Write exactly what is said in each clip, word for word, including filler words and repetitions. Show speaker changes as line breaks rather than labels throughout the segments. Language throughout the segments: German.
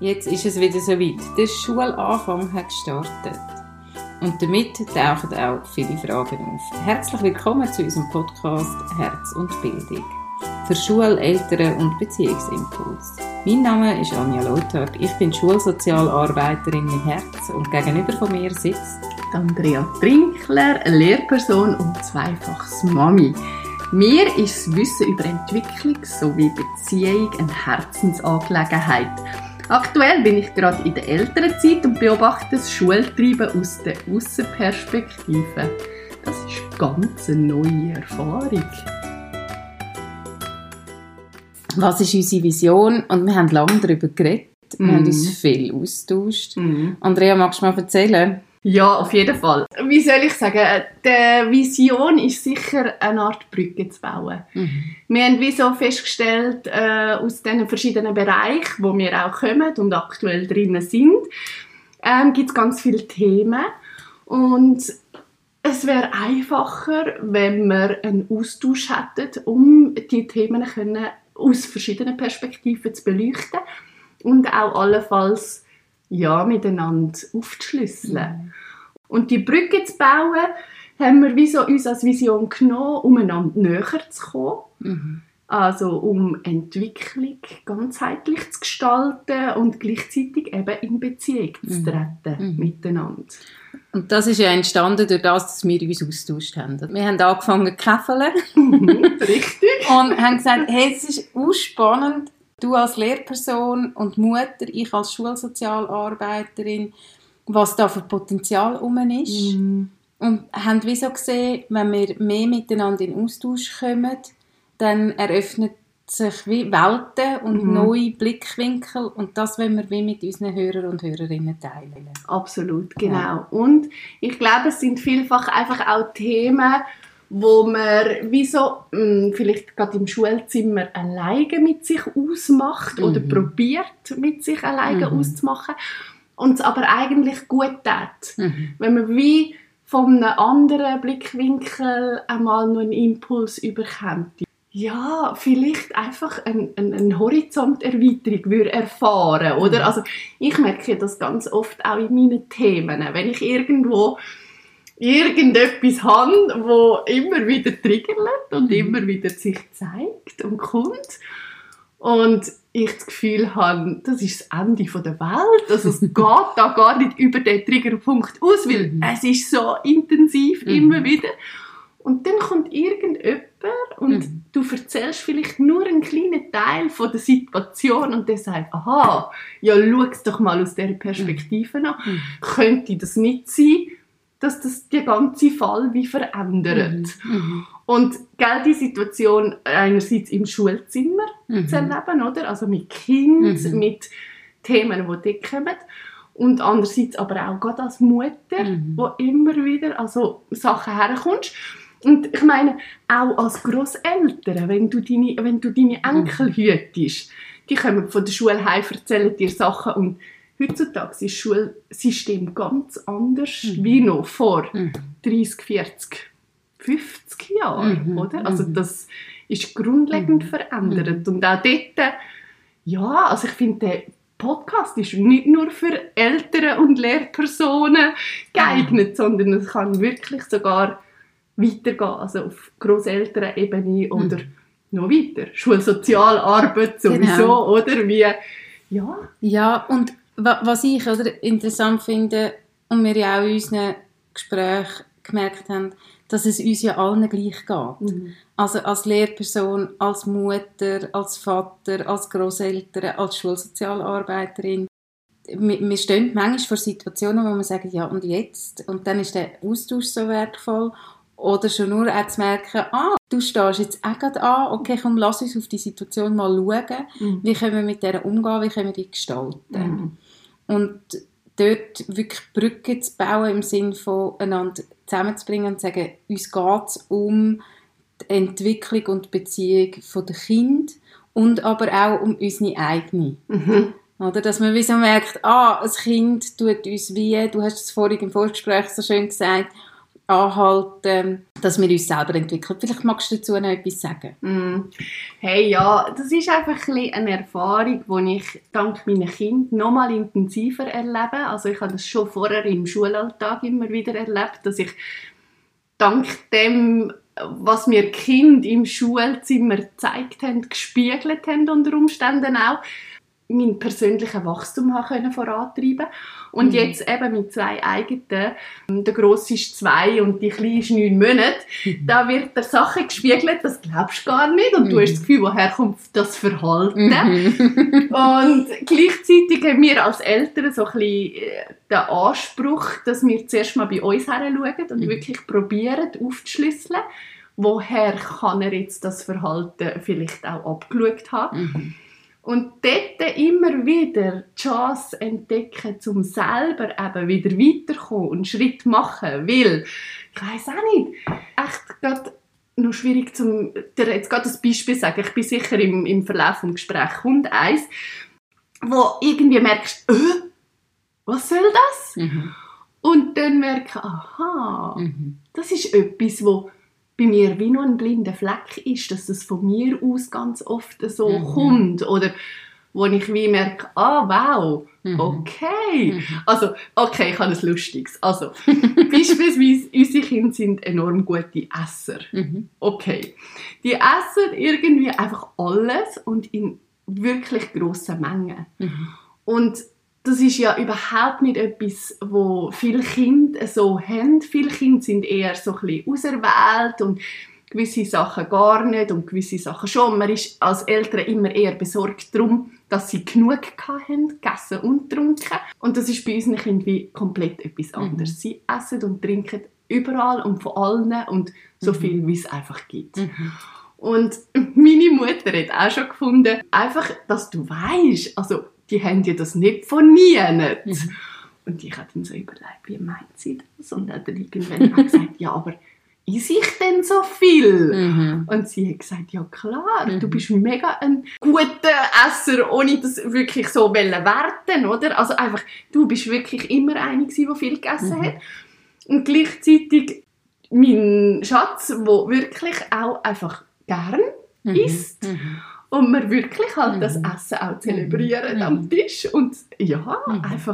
Jetzt ist es wieder soweit. Der Schulanfang hat gestartet. Und damit tauchen auch viele Fragen auf. Herzlich willkommen zu unserem Podcast Herz und Bildung. Für Schul-, Eltern- und Beziehungsimpuls. Mein Name ist Anja Lothar. Ich bin Schulsozialarbeiterin mit Herz und gegenüber von mir sitzt
Andrea Trinkler, Lehrperson und zweifaches Mami. Mir ist das Wissen über Entwicklung sowie Beziehung eine Herzensangelegenheit. Aktuell bin ich gerade in der Elternzeit und beobachte das Schultreiben aus der Aussenperspektive. Das ist ganz eine neue Erfahrung.
Was ist unsere Vision? Und wir haben lange darüber geredet. Wir mm. haben uns viel austauscht. Mm. Andrea, magst du mal erzählen?
Ja, auf jeden Fall. Wie soll ich sagen, die Vision ist sicher, eine Art Brücke zu bauen. Mhm. Wir haben wie so festgestellt, äh, aus diesen verschiedenen Bereichen, wo wir auch kommen und aktuell drinnen sind, ähm, gibt es ganz viele Themen. Und es wäre einfacher, wenn wir einen Austausch hätten, um die Themen können aus verschiedenen Perspektiven zu beleuchten und auch allenfalls ja, miteinander aufzuschlüsseln. Mhm. Und die Brücke zu bauen, haben wir wie so uns als Vision genommen, um einander näher zu kommen. Mhm. Also um Entwicklung ganzheitlich zu gestalten und gleichzeitig eben in Beziehung zu treten mhm. miteinander.
Und das ist ja entstanden durch das, dass wir uns austauscht haben. Wir haben angefangen zu käfeln.
Mhm, richtig.
Und haben gesagt, hey, es ist auch spannend, du als Lehrperson und Mutter, ich als Schulsozialarbeiterin, was da für Potenzial herum ist. Mm. Und haben wie so gesehen, wenn wir mehr miteinander in Austausch kommen, dann eröffnet sich wie Welten und mm. neue Blickwinkel. Und das wollen wir wie mit unseren Hörern und Hörerinnen teilen.
Absolut, genau. Ja. Und ich glaube, es sind vielfach einfach auch Themen, wo man wie so, mh, vielleicht gerade im Schulzimmer alleine mit sich ausmacht mhm. oder probiert, mit sich alleine mhm. auszumachen und es aber eigentlich gut tut. Mhm. Wenn man wie von einem anderen Blickwinkel einmal noch einen Impuls überkommt. Ja, vielleicht einfach eine ein, ein Horizonterweiterung würde erfahren, oder? Mhm. Also ich merke das ganz oft auch in meinen Themen, wenn ich irgendwo irgendetwas habe, wo immer wieder triggert und mhm. immer wieder sich zeigt und kommt. Und ich das Gefühl habe, das ist das Ende der Welt. Also es geht da gar nicht über den Triggerpunkt aus, weil mhm. es ist so intensiv mhm. immer wieder. Und dann kommt irgendjemand und mhm. du erzählst vielleicht nur einen kleinen Teil von der Situation und der sagt, aha, ja, schau es doch mal aus dieser Perspektive an. Mhm. Könnte das nicht sein, dass das den ganzen Fall wie verändert. Mhm. Und gell, die Situation einerseits im Schulzimmer mhm. zu erleben, oder? Also mit Kindern, mhm. mit Themen, die dort kommen. Und andererseits aber auch gerade als Mutter, mhm. wo immer wieder an so Sachen herkommst. Und ich meine, auch als Grosseltern, wenn du deine, wenn du deine Enkel mhm. hütest, die kommen von der Schule heim, erzählen dir Sachen und heutzutage ist das Schulsystem ganz anders mhm. wie noch vor mhm. dreißig, vierzig, fünfzig Jahren, mhm. oder? Also das ist grundlegend mhm. verändert. Und auch dort, ja, also ich finde, der Podcast ist nicht nur für Eltern und Lehrpersonen geeignet, mhm. sondern es kann wirklich sogar weitergehen, also auf Grosselternebene mhm. oder noch weiter, Schulsozialarbeit sowieso, genau. oder? Wie, ja.
Ja, und was ich oder, interessant finde und wir ja auch in unseren Gesprächen gemerkt haben, dass es uns ja allen gleich geht. Mhm. Also als Lehrperson, als Mutter, als Vater, als Grosseltern, als Schulsozialarbeiterin. Wir, wir stehen manchmal vor Situationen, wo wir sagen, ja und jetzt? Und dann ist der Austausch so wertvoll. Oder schon nur auch zu merken, ah, du stehst jetzt auch gerade an, okay, komm, lass uns auf die Situation mal schauen. Mhm. Wie können wir mit der umgehen, wie können wir die gestalten. Mhm. Und dort wirklich Brücken zu bauen, im Sinne von einander zusammenzubringen und zu sagen, uns geht es um die Entwicklung und die Beziehung der Kinder und aber auch um unsere eigene. Mhm. Oder, dass man wie so merkt, ah, ein Kind tut uns wie, du hast es vorhin im Vorgespräch so schön gesagt, anhalten, dass wir uns selber entwickeln. Vielleicht magst du dazu noch etwas sagen.
Mm. Hey, ja, das ist einfach ein bisschen eine Erfahrung, die ich dank meinen Kindern noch mal intensiver erlebe. Also ich habe das schon vorher im Schulalltag immer wieder erlebt, dass ich dank dem, was mir die Kinder im Schulzimmer gezeigt haben, gespiegelt haben unter Umständen auch, mein persönliches Wachstum haben vorantreiben. Und mhm. jetzt eben mit zwei eigenen, der Grosse ist zwei und die Kleine ist neun Monate, mhm. da wird der Sache gespiegelt, das glaubst du gar nicht und mhm. du hast das Gefühl, woher kommt das Verhalten. Mhm. Und gleichzeitig haben wir als Eltern so ein bisschen den Anspruch, dass wir zuerst mal bei uns hinschauen und mhm. wirklich probieren aufzuschlüsseln, woher kann er jetzt das Verhalten vielleicht auch abgeschaut haben. Mhm. Und dort immer wieder die Chance entdecken, um selber eben wieder weiterzukommen und einen Schritt machen, weil, ich weiss auch nicht, echt gerade noch schwierig zum, dir jetzt gerade ein Beispiel sagen, ich bin sicher im, im Verlauf des Gesprächs kommt eins, wo irgendwie merkst, äh, was soll das? Mhm. Und dann merkst aha, mhm. das ist etwas, wo bei mir wie nur ein blinder Fleck ist, dass das von mir aus ganz oft so mhm. kommt. Oder wo ich wie merke, ah, wow, okay. Mhm. Also, okay, ich habe ein Lustiges. Also, beispielsweise, unsere Kinder sind enorm gute Esser. Mhm. Okay. Die essen irgendwie einfach alles und in wirklich grossen Mengen. Mhm. Und das ist ja überhaupt nicht etwas, wo viele Kinder so haben. Viele Kinder sind eher so ein bisschen auserwählt und gewisse Sachen gar nicht und gewisse Sachen schon. Man ist als Eltern immer eher besorgt darum, dass sie genug hatten, gegessen und getrunken. Und das ist bei unseren Kindern wie komplett etwas anderes. Mhm. Sie essen und trinken überall und von allen und so viel, wie es einfach gibt. Mhm. Und meine Mutter hat auch schon gefunden, einfach, dass du weisst, also die haben ja das nicht von nie nicht. Mhm. Und ich habe dann so überlegt, wie meint sie das? Und hat dann irgendwann auch gesagt, ja, aber esse ich denn so viel? Mhm. Und sie hat gesagt, ja klar, mhm. du bist mega ein guter Esser, ohne das wirklich so werten, oder? Also einfach, du bist wirklich immer eine gewesen, die viel gegessen mhm. hat. Und gleichzeitig mein Schatz, der wirklich auch einfach gern mhm. isst. Mhm. Und wir wirklich halt mhm. das Essen auch zelebrieren mhm. am Tisch. Und ja, mhm. einfach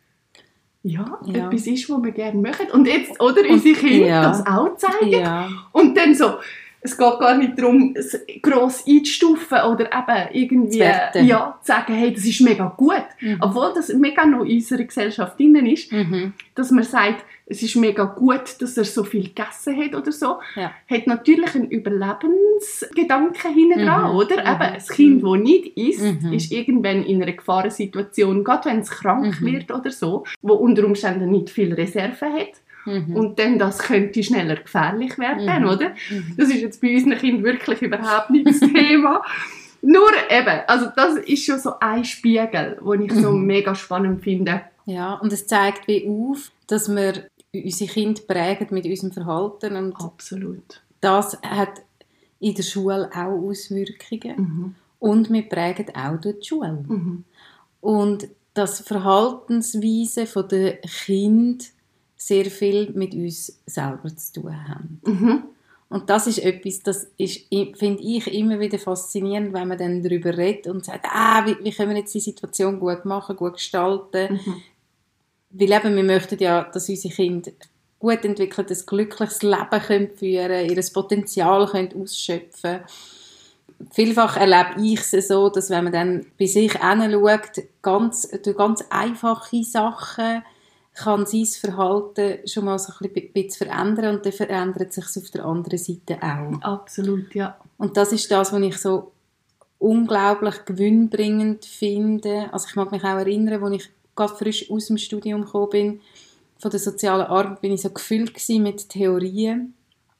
ja, ja, etwas ist, was wir gerne machen. Und jetzt, oder, und, unsere Kinder ja. das auch zeigen. Ja. Und dann so, es geht gar nicht darum, es gross einzustufen oder eben irgendwie ja, zu sagen, hey, das ist mega gut. Mhm. Obwohl das mega noch in unserer Gesellschaft drin ist, mhm. dass man sagt, es ist mega gut, dass er so viel gegessen hat oder so, ja. hat natürlich einen Überlebensgedanken hinten dran, mhm. oder? Mhm. Eben, ein Kind, das nicht isst, mhm. ist irgendwann in einer Gefahrensituation, gerade wenn es krank mhm. wird oder so, wo unter Umständen nicht viel Reserve hat. Mhm. Und dann das könnte schneller gefährlich werden, mhm. oder? Mhm. Das ist jetzt bei unseren Kindern wirklich überhaupt nicht das Thema. Nur eben, also das ist schon so ein Spiegel, den ich so mhm. mega spannend finde.
Ja, und es zeigt wie auf, dass wir unsere Kinder prägen mit unserem Verhalten. Und
absolut.
Das hat in der Schule auch Auswirkungen. Mhm. Und wir prägen auch durch die Schule. Mhm. Und das Verhaltensweise der Kinder sehr viel mit uns selber zu tun haben. Mhm. Und das ist etwas, das ist, finde ich, immer wieder faszinierend, wenn man dann darüber redet und sagt, ah, wie, wie können wir jetzt die Situation gut machen, gut gestalten. Mhm. Weil eben, wir möchten ja, dass unsere Kinder gut entwickelt, ein glückliches Leben können führen, ihr Potenzial können ausschöpfen. Vielfach erlebe ich es so, dass wenn man dann bei sich hinschaut, ganz, durch ganz einfache Sachen kann sein Verhalten schon mal so ein bisschen verändern und dann verändert sich es auf der anderen Seite auch.
Absolut, ja.
Und das ist das, was ich so unglaublich gewinnbringend finde. Also ich mag mich auch erinnern, als ich gerade frisch aus dem Studium gekommen bin, von der sozialen Arbeit, bin ich so gefüllt gewesen mit Theorien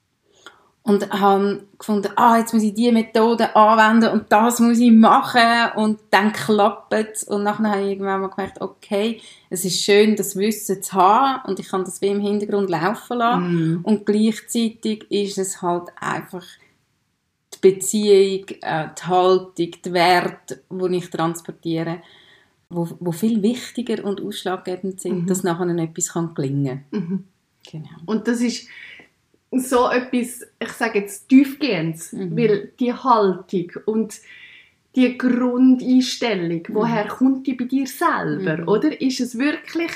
und habe gefunden, ah, jetzt muss ich diese Methode anwenden und das muss ich machen und dann klappt es. Und nachher habe ich irgendwann mal gemerkt, okay, es ist schön, das Wissen zu haben und ich kann das wie im Hintergrund laufen lassen. Mm. Und gleichzeitig ist es halt einfach die Beziehung, die Haltung, die Werte, die ich transportiere, wo, wo viel wichtiger und ausschlaggebend sind, mhm. dass nachher etwas gelingen kann.
Mhm.
Genau.
Und das ist so etwas, ich sage jetzt tiefgehendes, mhm. weil die Haltung und die Grundeinstellung, mhm. woher kommt die bei dir selber, mhm. oder? Ist es wirklich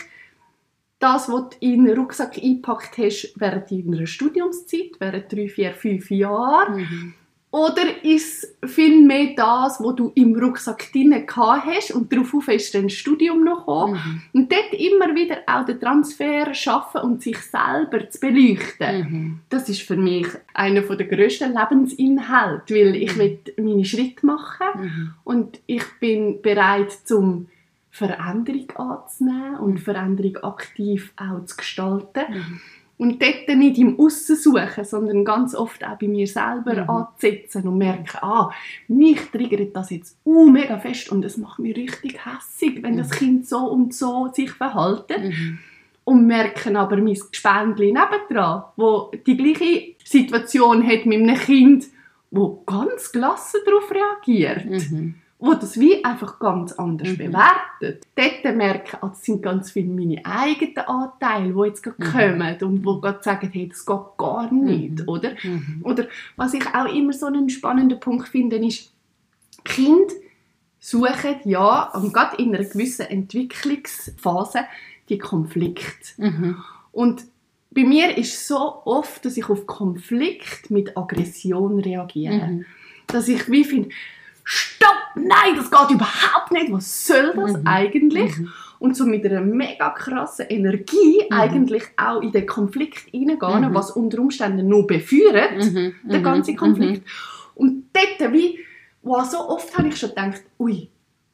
das, was du in den Rucksack eingepackt hast während deiner Studiumszeit, während drei, vier, fünf Jahren? Mhm. Oder ist es vielmehr das, was du im Rucksack drin gehabt hast und darauf ist dann ein Studium noch gekommen? Mhm. Und dort immer wieder auch den Transfer schaffen und sich selber zu beleuchten. Mhm. Das ist für mich einer der grössten Lebensinhalte, weil ich will meine Schritte machen mhm. und ich bin bereit, zum Veränderung anzunehmen und Veränderung aktiv auch zu gestalten. Mhm. Und dort nicht im Aussen suchen, sondern ganz oft auch bei mir selber mhm. anzusetzen und merken, ah, mich triggert das jetzt uh, mega fest und es macht mich richtig hässig, wenn mhm. das Kind so und so sich verhält. Mhm. Und merken aber mein Gespendli nebendran, wo die gleiche Situation hat mit einem Kind, wo ganz gelassen darauf reagiert. Mhm. Wo das wie einfach ganz anders mhm. bewertet. Dort merke ich, das sind ganz viele meine eigenen Anteile, die jetzt gerade mhm. kommen und die gerade sagen, hey, das geht gar nicht. Mhm. Oder? Mhm. Oder was ich auch immer so einen spannenden Punkt finde, ist, Kinder suchen ja, und gerade in einer gewissen Entwicklungsphase, die Konflikte. Mhm. Und bei mir ist es so oft, dass ich auf Konflikt mit Aggression reagiere. Mhm. Dass ich wie finde, stopp, nein, das geht überhaupt nicht, was soll das mhm. eigentlich? Mhm. Und so mit einer mega krassen Energie mhm. eigentlich auch in den Konflikt hineingehen, mhm. was unter Umständen nur befeuert, mhm. den ganzen Konflikt. Mhm. Und dort, wie, wow, so oft habe ich schon gedacht, ui,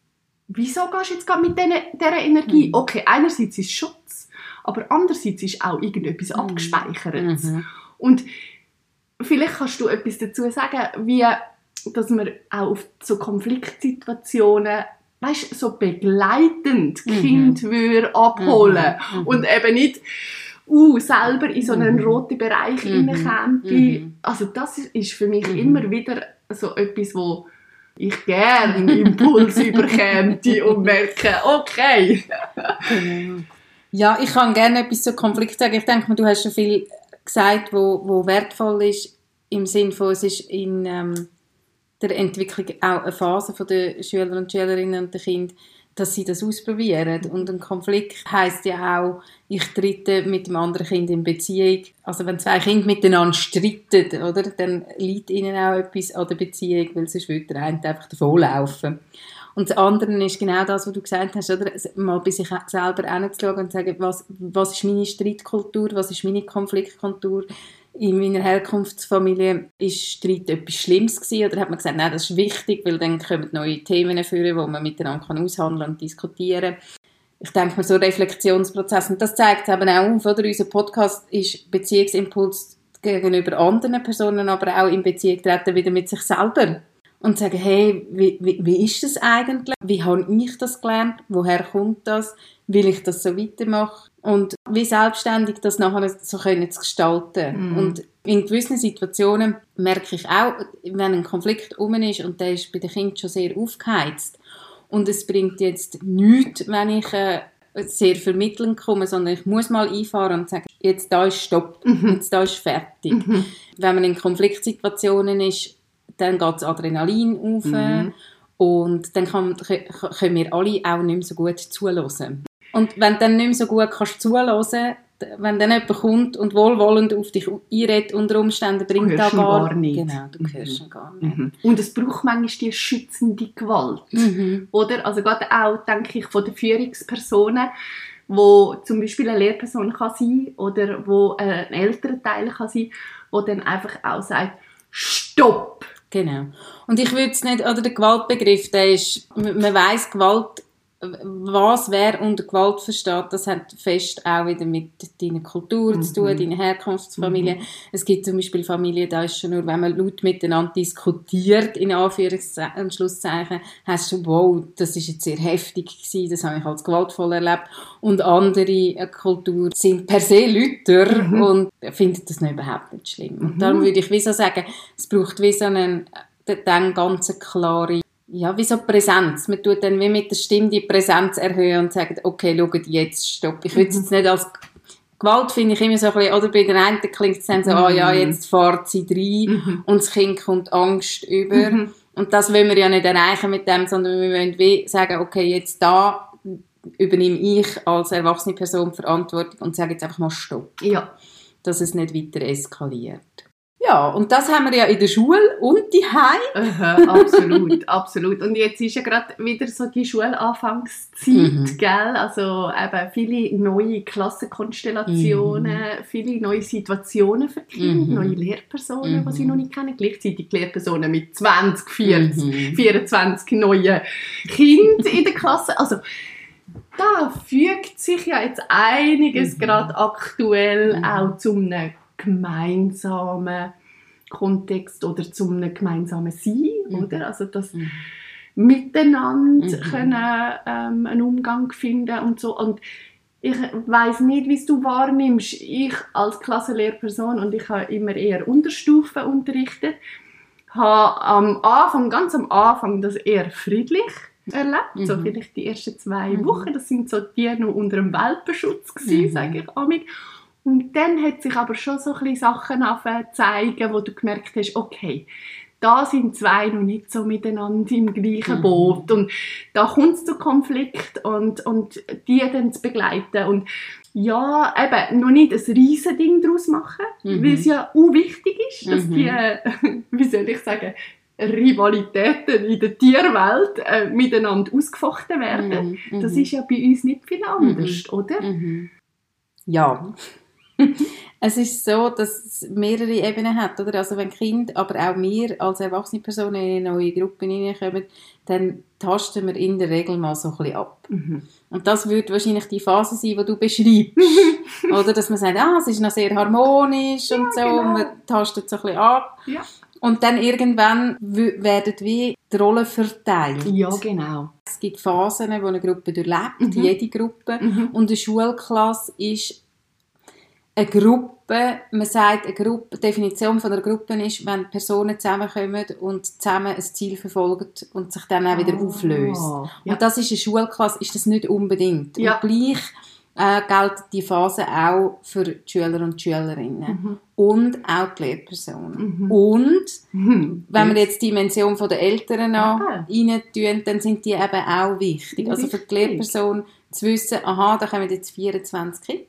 wieso gehst du jetzt gerade mit dieser Energie? Mhm. Okay, einerseits ist Schutz, aber andererseits ist auch irgendetwas mhm. abgespeichert. Mhm. Und vielleicht kannst du etwas dazu sagen, wie dass man auch auf so Konfliktsituationen, weißt, so begleitend mhm. Kind würde abholen mhm. und eben nicht uh, selber in so einen mhm. roten Bereich mhm. hineinkäme. Mhm. Also das ist für mich mhm. immer wieder so etwas, wo ich gerne einen Impuls überkäme und merke, okay.
Ja, ich kann gerne etwas zu Konflikt sagen. Ich denke, du hast schon viel gesagt, wo, wo wertvoll ist, im Sinne von, es ist in ähm, der Entwicklung auch eine Phase der Schüler und Schülerinnen und der Kinder, dass sie das ausprobieren. Und ein Konflikt heisst ja auch, ich trete mit dem anderen Kind in Beziehung. Also wenn zwei Kinder miteinander streiten, oder, dann liegt ihnen auch etwas an der Beziehung, weil sonst würde der eine einfach davonlaufen. Und das andere ist genau das, was du gesagt hast, oder? Mal bei sich selber hinzuschauen und zu sagen, was, was ist meine Streitkultur, was ist meine Konfliktkultur. In meiner Herkunftsfamilie war Streit etwas Schlimmes gewesen, oder hat man gesagt, nein, das ist wichtig, weil dann kommen neue Themen führen, die man miteinander aushandeln und diskutieren kann. Ich denke mir, so ein Reflexionsprozess, und das zeigt es eben auch auf, oder? Unser Podcast ist Beziehungsimpuls gegenüber anderen Personen, aber auch in Beziehung treten wieder mit sich selber. Und sagen, hey, wie, wie, wie ist das eigentlich? Wie habe ich das gelernt? Woher kommt das? Will ich das so weitermachen? Und wie selbstständig das nachher so können zu gestalten. Mm. Und in gewissen Situationen merke ich auch, wenn ein Konflikt rum ist und der ist bei den Kindern schon sehr aufgeheizt und es bringt jetzt nichts, wenn ich äh, sehr vermittelnd komme, sondern ich muss mal einfahren und sagen, jetzt da ist Stopp, mm-hmm. jetzt da ist fertig. Mm-hmm. Wenn man in Konfliktsituationen ist, dann geht das Adrenalin auf mhm. und dann kann, können wir alle auch nicht mehr so gut zuhören. Und wenn du dann nicht mehr so gut kannst zuhören, wenn dann jemand kommt und wohlwollend auf dich einredet, unter Umständen bringt das gar, gar nicht. Genau, du hörst ihn mhm. gar nicht.
Mhm. Und es braucht manchmal die schützende Gewalt. Mhm. Oder? Also gerade auch, denke ich, von den Führungspersonen, wo zum Beispiel eine Lehrperson kann sein oder wo ein Elternteil kann sein, wo dann einfach auch sagt, Stopp!
Genau. Und ich würde es nicht, oder der Gewaltbegriff, der ist, man weiss, Gewalt, was wer unter Gewalt versteht, das hat fest auch wieder mit deiner Kultur mhm. zu tun, deiner Herkunftsfamilie. Mhm. Es gibt zum Beispiel Familien, da ist schon nur, wenn man laut miteinander diskutiert, in Anführungs- und Schlusszeichen, hast du, wow, das ist jetzt sehr heftig gewesen, das habe ich als gewaltvoll erlebt. Und andere Kulturen sind per se lauter mhm. und finden das noch überhaupt nicht schlimm. Und mhm. darum würde ich wie so sagen, es braucht wie so einen, dann ganz klare, ja, wie so Präsenz. Man tut dann wie mit der Stimme die Präsenz erhöhen und sagt, okay, schaut jetzt, stopp. Ich will es jetzt nicht als Gewalt finde ich immer so ein bisschen, oder bei den einen klingt es dann so, ah mm. oh ja, jetzt fährt sie rein mm-hmm. und das Kind kommt Angst über. Mm-hmm. Und das wollen wir ja nicht erreichen mit dem, sondern wir wollen wie sagen, okay, jetzt da übernehme ich als erwachsene Person die Verantwortung und sage jetzt einfach mal Stopp.
Ja.
Dass es nicht weiter eskaliert. Ja, und das haben wir ja in der Schule und daheim.
Uh-huh, absolut, absolut. Und jetzt ist ja gerade wieder so die Schulanfangszeit, mhm. gell? Also eben viele neue Klassenkonstellationen, mhm. viele neue Situationen für die Kinder, mhm. neue Lehrpersonen, mhm. die sie noch nicht kennen. Gleichzeitig Lehrpersonen mit zwanzig, vierzig, mhm. vierundzwanzig neuen Kindern in der Klasse. Also da fügt sich ja jetzt einiges mhm. gerade aktuell mhm. auch zu einem gemeinsamen Kontext oder zu einem gemeinsamen Sein, mhm. oder? Also das mhm. miteinander mhm. können ähm, einen Umgang finden und so. Und ich weiss nicht, wie es du wahrnimmst. Ich als Klassenlehrperson, und ich habe immer eher Unterstufen unterrichtet, habe am Anfang, ganz am Anfang, das eher friedlich erlebt, mhm. so vielleicht die ersten zwei mhm. Wochen. Das sind so die noch unter dem Welpenschutz gewesen, mhm. sage ich amig. Und dann hat sich aber schon so ein bisschen Sachen zeigen, wo du gemerkt hast, okay, da sind zwei noch nicht so miteinander im gleichen Boot mhm. und da kommt es zu Konflikt und, und die dann zu begleiten und ja, eben, noch nicht ein riesen Ding daraus machen, mhm. weil es ja auch wichtig ist, dass mhm. die, wie soll ich sagen, Rivalitäten in der Tierwelt äh, miteinander ausgefochten werden. Mhm. Das ist ja bei uns nicht viel anders, mhm. oder?
Mhm. Ja. Es ist so, dass es mehrere Ebenen hat, oder? Also wenn Kinder, aber auch wir als erwachsene Personen in eine neue Gruppe hineinkommen, dann tasten wir in der Regel mal so ein bisschen ab. Mhm. Und das wird wahrscheinlich die Phase sein, die du beschreibst. Oder dass man sagt, ah, es ist noch sehr harmonisch ja, und so, genau. Und man tastet so ein bisschen ab.
Ja.
Und dann irgendwann w- werden wie die Rollen verteilt.
Ja, genau.
Es gibt Phasen, die eine Gruppe durchlebt, mhm. jede Gruppe. Mhm. Und eine Schulklasse ist eine Gruppe, man sagt, eine Gruppe, die Definition von einer Gruppe ist, wenn Personen zusammenkommen und zusammen ein Ziel verfolgen und sich dann auch wieder oh, auflöst. Ja. Und das ist eine Schulklasse, ist das nicht unbedingt. Ja. Und gleich äh, gilt die Phase auch für die Schüler und die Schülerinnen. Mhm. Und auch die Lehrpersonen. Mhm. Und, mhm. wenn wir jetzt die Dimension der Eltern noch rein tun, dann sind die eben auch wichtig. Also für die Lehrperson zu wissen, aha, da kommen jetzt vierundzwanzig Kinder,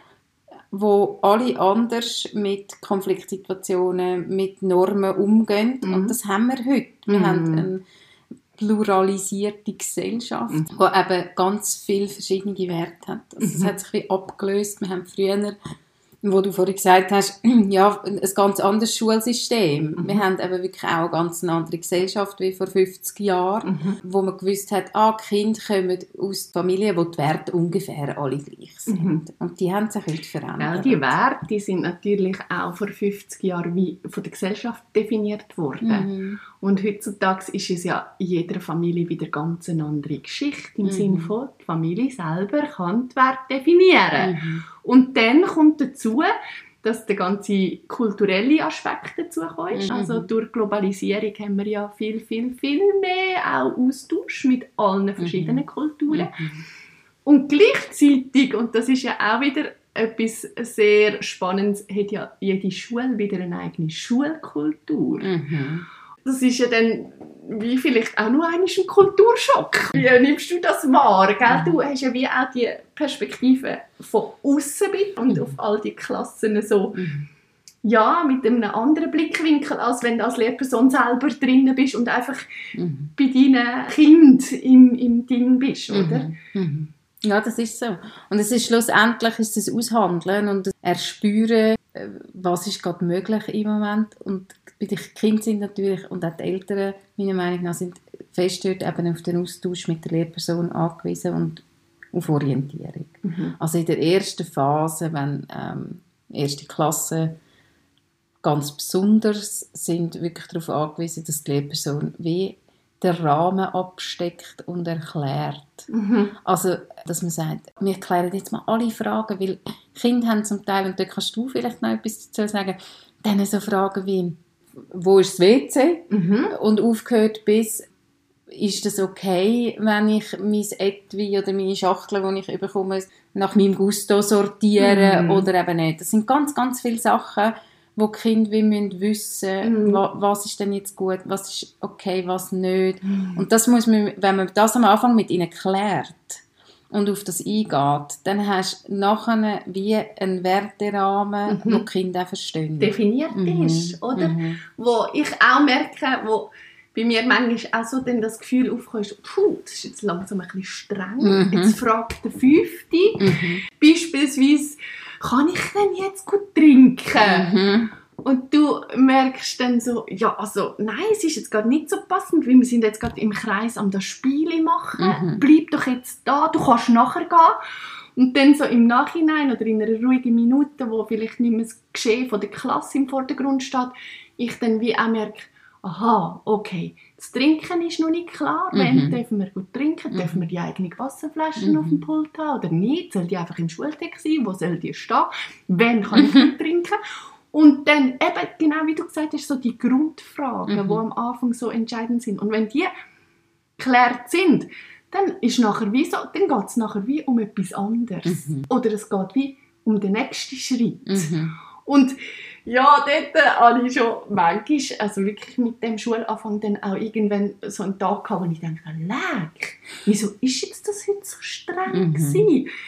wo alle anders mit Konfliktsituationen, mit Normen umgehen. Mhm. Und das haben wir heute. Wir mhm. haben eine pluralisierte Gesellschaft, mhm. die eben ganz viele verschiedene Werte hat. Also mhm. es hat sich wie abgelöst. Wir haben früher, wo du vorhin gesagt hast, ja, ein ganz anderes Schulsystem. Mhm. Wir haben eben wirklich auch eine ganz andere Gesellschaft wie vor fünfzig Jahren, mhm. wo man gewusst hat, ah, die Kinder kommen aus Familien, wo die Werte ungefähr alle gleich sind. Mhm. Und die haben sich heute verändert.
Ja, die Werte die sind natürlich auch vor fünfzig Jahren wie von der Gesellschaft definiert worden. Mhm. Und heutzutage ist es ja in jeder Familie wieder ganz eine andere Geschichte. Im mhm. Sinne von, die Familie selber kann die Werte definieren. Mhm. Und dann kommt dazu, dass der ganze kulturelle Aspekt dazu kommt. Mhm. Also durch Globalisierung haben wir ja viel, viel, viel mehr auch Austausch mit allen verschiedenen mhm. Kulturen. Mhm. Und gleichzeitig, und das ist ja auch wieder etwas sehr Spannendes, hat ja jede Schule wieder eine eigene Schulkultur. Mhm. Das ist ja dann wie vielleicht auch nur ein Kulturschock. Wie nimmst du das wahr? Gell? Du hast ja wie auch die Perspektive von außen und mhm. auf all die Klassen so mhm. ja, mit einem anderen Blickwinkel, als wenn du als Lehrperson selber drin bist und einfach mhm. bei deinen Kindern im, im Ding bist, oder?
Mhm. Ja, das ist so. Und es ist schlussendlich ist das Aushandeln und das Erspüren, was ist gerade möglich im Moment. Und die Kinder sind natürlich, und auch die Eltern, meiner Meinung nach, sind fest dort eben auf den Austausch mit der Lehrperson angewiesen und auf Orientierung. Mhm. Also in der ersten Phase, wenn ähm, erste Klassen ganz besonders sind, wirklich darauf angewiesen, dass die Lehrperson wie den Rahmen absteckt und erklärt. Mhm. Also, dass man sagt, wir klären jetzt mal alle Fragen, weil Kinder haben zum Teil, und da kannst du vielleicht noch etwas dazu sagen, dann so Fragen wie, wo ist das W C? Mhm. Und aufgehört bis, ist das okay, wenn ich mein Etui oder meine Schachtel, die ich bekomme, nach meinem Gusto sortiere mm. oder eben nicht. Das sind ganz, ganz viele Sachen, wo die Kinder wie müssen wissen, mm. wa- was ist denn jetzt gut, was ist okay, was nicht. Mm. Und das muss man, wenn man das am Anfang mit ihnen klärt und auf das eingeht, dann hast du nachher wie einen Werterahmen, mhm. wo die Kinder auch verstehen.
Definiert
mhm.
ist, oder?
Mhm.
Wo ich auch merke, wo bei mir manchmal auch so dann das Gefühl aufkommt, puh, das ist jetzt langsam ein bisschen streng. Mhm. Jetzt fragt der Fünfte mhm. beispielsweise, kann ich denn jetzt gut trinken? Mhm. Und du merkst dann so, ja, also nein, es ist jetzt gerade nicht so passend, weil wir sind jetzt gerade im Kreis am das Spiel machen. Mhm. Bleib doch jetzt da, du kannst nachher gehen. Und dann so im Nachhinein oder in einer ruhigen Minute, wo vielleicht nicht mehr das Geschehen von der Klasse im Vordergrund steht, ich dann wie auch merke, aha, okay, das Trinken ist noch nicht klar. Mhm. Wann dürfen wir gut trinken? Mhm. Dürfen wir die eigenen Wasserflaschen mhm. auf dem Pult haben oder nicht? Soll die einfach im Schuldeck sein? Wo soll die stehen? Wann kann ich gut trinken? Und dann eben, genau wie du gesagt hast, so die Grundfragen, mhm. die am Anfang so entscheidend sind. Und wenn die geklärt sind, dann ist nachher wie so, dann geht es nachher wie um etwas anderes. Mhm. Oder es geht wie um den nächsten Schritt. Mhm. Und ja, dort habe ich schon manchmal, also wirklich mit dem Schulanfang dann auch irgendwann so einen Tag gehabt, wo ich denke, leck, wieso ist jetzt das heute so streng gewesen? Mhm.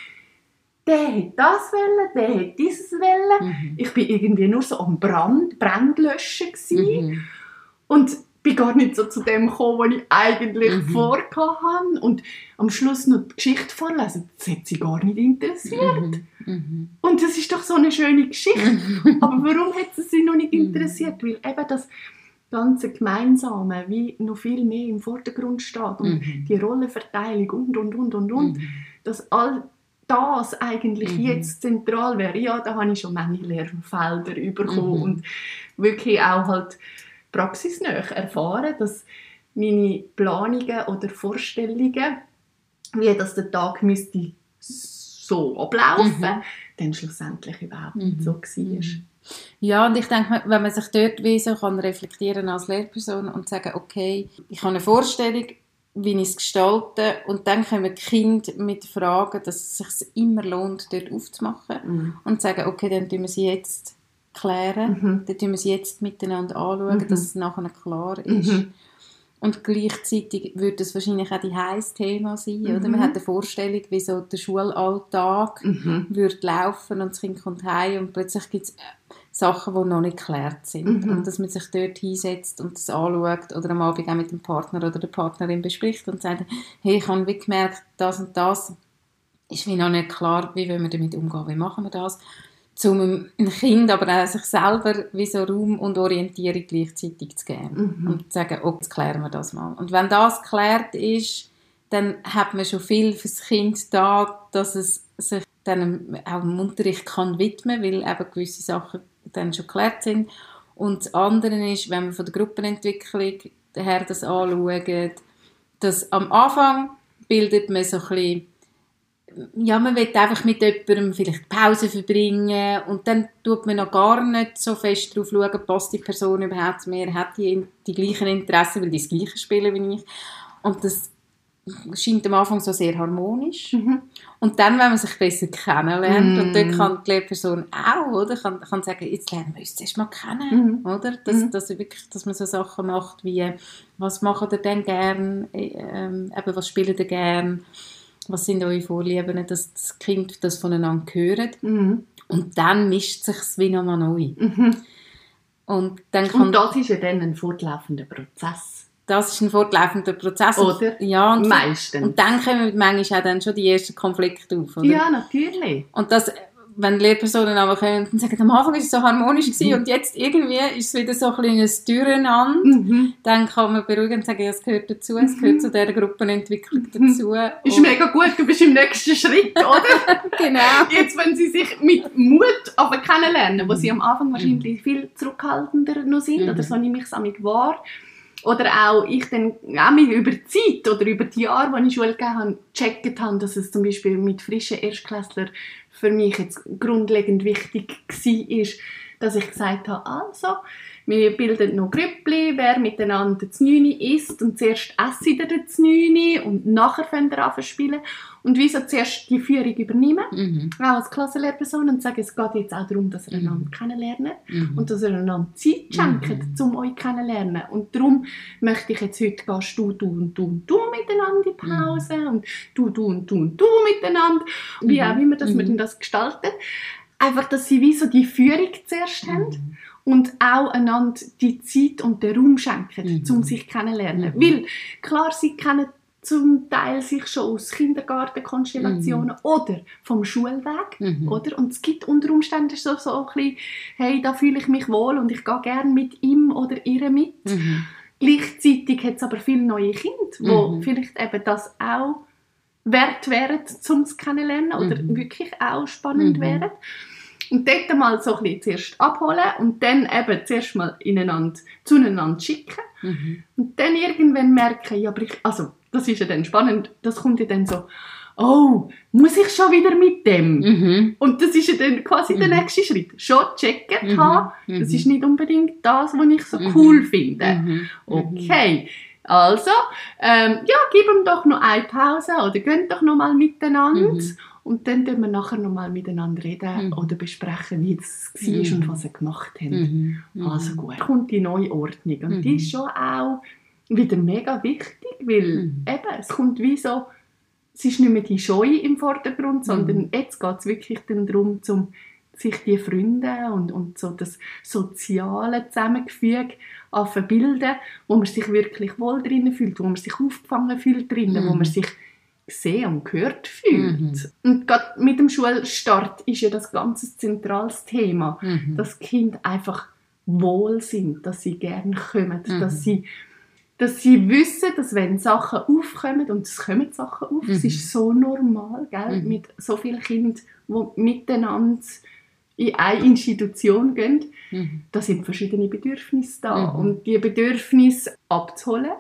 Der hat das wollen, der hat dieses wollen. Mhm. Ich war irgendwie nur so am Brand, Brandlöschen mhm. und bin gar nicht so zu dem gekommen, was ich eigentlich mhm. vorhatte. Und am Schluss noch die Geschichte vorlesen, das hat sie gar nicht interessiert. Mhm. Mhm. Und das ist doch so eine schöne Geschichte. Aber warum hat sie sie noch nicht interessiert? Weil eben das ganze Gemeinsame wie noch viel mehr im Vordergrund steht. Und mhm. die Rollenverteilung und, und, und, und, und. Mhm. Dass all das eigentlich mhm. jetzt zentral wäre. Ja, da habe ich schon manche Lernfelder bekommen mhm. und wirklich auch halt praxisnah erfahren, dass meine Planungen oder Vorstellungen, wie das der Tag müsste so ablaufen, mhm. dann schlussendlich überhaupt nicht mhm. so war.
Ja, und ich denke, wenn man sich dort wie so kann reflektieren als Lehrperson und sagen, okay, ich habe eine Vorstellung, wie ich es gestalte, und dann kommen die Kinder mit Fragen, dass es sich immer lohnt, dort aufzumachen mhm. und sagen, okay, dann tun wir sie jetzt klären, mhm. dann tun wir sie jetzt miteinander anschauen, mhm. dass es nachher klar ist. Mhm. Und gleichzeitig würde es wahrscheinlich auch die heißes Thema sein, mhm. oder? Man hat eine Vorstellung, wie so der Schulalltag mhm. würde laufen und das Kind kommt heim und plötzlich gibt es Sachen, die noch nicht geklärt sind. Mhm. Und dass man sich dort hinsetzt und das anschaut oder am Abend auch mit dem Partner oder der Partnerin bespricht und sagt, hey, ich habe wie gemerkt, das und das ist wie noch nicht klar, wie wollen wir damit umgehen, wie machen wir das? Um ein Kind, aber auch sich selber wie so Raum und Orientierung gleichzeitig zu geben. Mhm. Und zu sagen, oh, jetzt klären wir das mal. Und wenn das geklärt ist, dann hat man schon viel für das Kind da, dass es sich dann auch im Unterricht kann widmen, weil eben gewisse Sachen dann schon geklärt sind. Und das andere ist, wenn wir von der Gruppenentwicklung her das anschauen, dass am Anfang bildet man so ein bisschen, ja, man will einfach mit jemandem vielleicht Pause verbringen und dann tut man noch gar nicht so fest darauf schauen, passt die Person überhaupt zu mir, hat die die gleichen Interessen, will die das Gleiche spielen wie ich. Und das scheint am Anfang so sehr harmonisch. Mhm. Und dann, wenn man sich besser kennenlernt, mhm. und dort kann die Lehrperson auch, oder, kann, kann sagen, jetzt lernen wir uns zuerst mal kennen, mhm. oder? Dass, mhm. dass, wirklich, dass man so Sachen macht wie, was macht ihr denn gern, ähm, eben, was spielt ihr gern, was sind eure Vorlieben, dass das Kind das voneinander hört. Mhm. Und dann mischt es sich wie nochmal neu. Mhm. Und, dann kann,
und das ist ja dann ein fortlaufender Prozess.
Das ist ein fortlaufender Prozess.
Oder?
Ja, und
meistens.
Und dann kommen manchmal auch dann schon die ersten Konflikte auf. Oder?
Ja, natürlich.
Und das, wenn Lehrpersonen aber kommen und sagen, am Anfang war es so harmonisch gewesen, mhm. und jetzt irgendwie ist es wieder so ein kleines Durcheinander, mhm. dann kann man beruhigen und sagen, ja, es gehört dazu, es gehört mhm. zu dieser Gruppenentwicklung dazu.
Ist und mega gut, du bist im nächsten Schritt, oder?
Genau.
Jetzt, wenn sie sich mit Mut aber kennenlernen, wo sie am Anfang wahrscheinlich mhm. viel zurückhaltender noch sind, mhm. oder so nehme ich es amig wahr, oder auch ich dann auch über die Zeit oder über die Jahre, die ich Schule gegeben habe, gecheckt habe, dass es zum Beispiel mit frischen Erstklässlern für mich jetzt grundlegend wichtig war, dass ich gesagt habe, also, wir bilden noch Grüppli, wer miteinander das Neuni isst und zuerst essen ihr das Neuni und nachher fangen wir an zu spielen. Und wieso zuerst die Führung übernehmen, mhm. auch als Klassenlehrperson, und sagen, es geht jetzt auch darum, dass ihr einander mhm. kennenlernt mhm. und dass ihr einander Zeit schenkt, mhm. um euch kennenzulernen. Und darum möchte ich jetzt heute gehst du, du und du und du miteinander in Pause mhm. und du, du und du und du miteinander, mhm. wie auch immer dass mhm. man das gestaltet. Einfach, dass sie wie so die Führung zuerst mhm. haben und auch einander die Zeit und den Raum schenken, mhm. um sich kennenzulernen. Mhm. Weil, klar, sie kennen zum Teil sich schon aus Kindergartenkonstellationen mhm. oder vom Schulweg, mhm. oder? Und es gibt unter Umständen so, so ein bisschen, hey, da fühle ich mich wohl und ich gehe gerne mit ihm oder ihr mit. Mhm. Gleichzeitig hat es aber viele neue Kinder, die mhm. vielleicht eben das auch wert wären, um es kennenzulernen oder mhm. wirklich auch spannend mhm. wären. Und dort mal so ein bisschen zuerst abholen und dann eben zuerst mal ineinander, zueinander schicken. Mhm. Und dann irgendwann merken, ja, aber ich, also das ist ja dann spannend, das kommt ja dann so, oh, muss ich schon wieder mit dem? Mhm. Und das ist ja dann quasi mhm. der nächste Schritt. Schon checken mhm. haben, das ist nicht unbedingt das, was ich so mhm. cool finde. Mhm. Okay, also, ähm, ja, gib ihm doch noch eine Pause oder geht doch noch mal miteinander. Mhm. Und dann reden wir nachher noch mal miteinander reden mhm. oder besprechen, wie es war mhm. und was sie gemacht haben. Mhm. Also gut, dann kommt die neue Ordnung. Und mhm. die ist schon auch wieder mega wichtig, weil mhm. eben, es kommt wie so, es ist nicht mehr die Scheu im Vordergrund, sondern mhm. jetzt geht es wirklich darum, zum sich die Freunde und, und so das soziale Zusammengefüge zu verbilden, wo man sich wirklich wohl drinnen fühlt, wo man sich aufgefangen fühlt drinnen, mhm. wo man sich gesehen und gehört fühlt. Mhm. Und gerade mit dem Schulstart ist ja das ganz ein zentrales Thema, mhm. dass die Kinder einfach wohl sind, dass sie gerne kommen, mhm. dass sie dass sie wissen, dass wenn Sachen aufkommen, und es kommen Sachen auf, mhm. es ist so normal, gell? Mhm. Mit so vielen Kindern, die miteinander in eine Institution gehen, mhm. da sind verschiedene Bedürfnisse da. Mhm. Und die Bedürfnisse abzuholen,